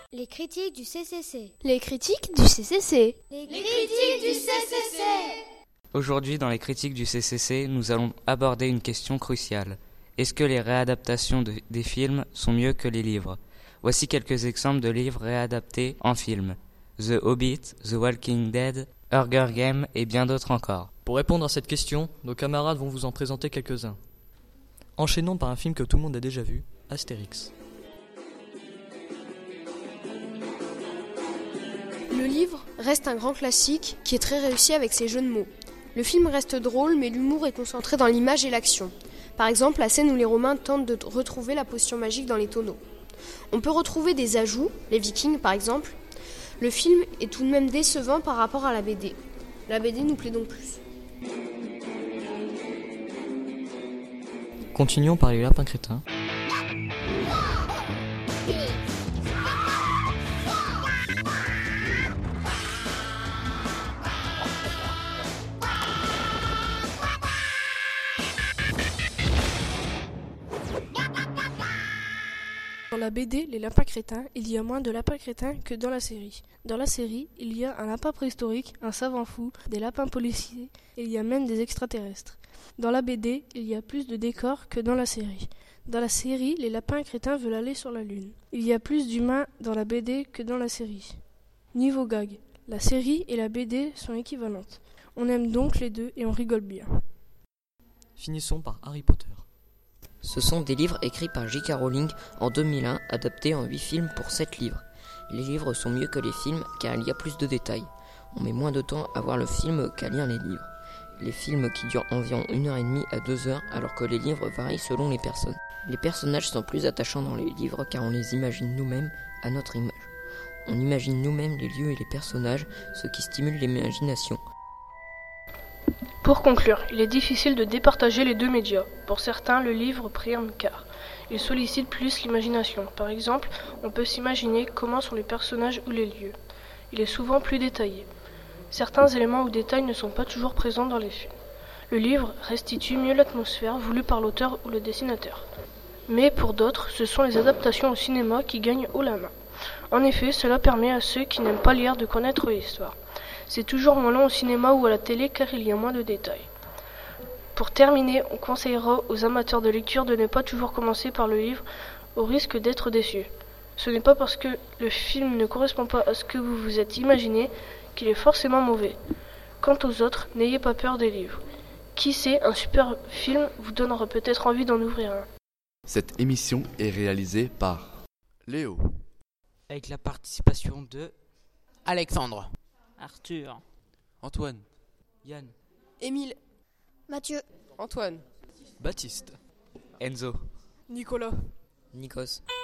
Les critiques du CCC. Les critiques du CCC. Les critiques du CCC. Aujourd'hui, dans les critiques du CCC, nous allons aborder une question cruciale. Est-ce que les réadaptations des films sont mieux que les livres ? Voici quelques exemples de livres réadaptés en film. The Hobbit, The Walking Dead, Hunger Games et bien d'autres encore. Pour répondre à cette question, nos camarades vont vous en présenter quelques-uns. Enchaînons par un film que tout le monde a déjà vu, Astérix. Le livre reste un grand classique qui est très réussi avec ses jeux de mots. Le film reste drôle, mais l'humour est concentré dans l'image et l'action. Par exemple, la scène où les Romains tentent de retrouver la potion magique dans les tonneaux. On peut retrouver des ajouts, les Vikings par exemple. Le film est tout de même décevant par rapport à la BD. La BD nous plaît donc plus. Continuons par les lapins crétins. Dans la BD Les Lapins Crétins, il y a moins de lapins crétins que dans la série. Dans la série, il y a un lapin préhistorique, un savant fou, des lapins policiers, et il y a même des extraterrestres. Dans la BD, il y a plus de décors que dans la série. Dans la série, les lapins crétins veulent aller sur la Lune. Il y a plus d'humains dans la BD que dans la série. Niveau gag, la série et la BD sont équivalentes. On aime donc les deux et on rigole bien. Finissons par Harry Potter. Ce sont des livres écrits par J.K. Rowling en 2001, adaptés en 8 films pour 7 livres. Les livres sont mieux que les films car il y a plus de détails. On met moins de temps à voir le film qu'à lire les livres. Les films qui durent environ 1h30 à 2h alors que les livres varient selon les personnes. Les personnages sont plus attachants dans les livres car on les imagine nous-mêmes à notre image. On imagine nous-mêmes les lieux et les personnages, ce qui stimule l'imagination. Pour conclure, il est difficile de départager les deux médias. Pour certains, le livre prime car il sollicite plus l'imagination. Par exemple, on peut s'imaginer comment sont les personnages ou les lieux. Il est souvent plus détaillé. Certains éléments ou détails ne sont pas toujours présents dans les films. Le livre restitue mieux l'atmosphère voulue par l'auteur ou le dessinateur. Mais pour d'autres, ce sont les adaptations au cinéma qui gagnent haut la main. En effet, cela permet à ceux qui n'aiment pas lire de connaître l'histoire. C'est toujours moins long au cinéma ou à la télé car il y a moins de détails. Pour terminer, on conseillera aux amateurs de lecture de ne pas toujours commencer par le livre au risque d'être déçus. Ce n'est pas parce que le film ne correspond pas à ce que vous vous êtes imaginé qu'il est forcément mauvais. Quant aux autres, n'ayez pas peur des livres. Qui sait, un super film vous donnera peut-être envie d'en ouvrir un. Cette émission est réalisée par Léo, Avec la participation de Alexandre, Arthur, Antoine, Yann, Émile, Mathieu, Antoine, Baptiste, Enzo. Nicolas. Nikos.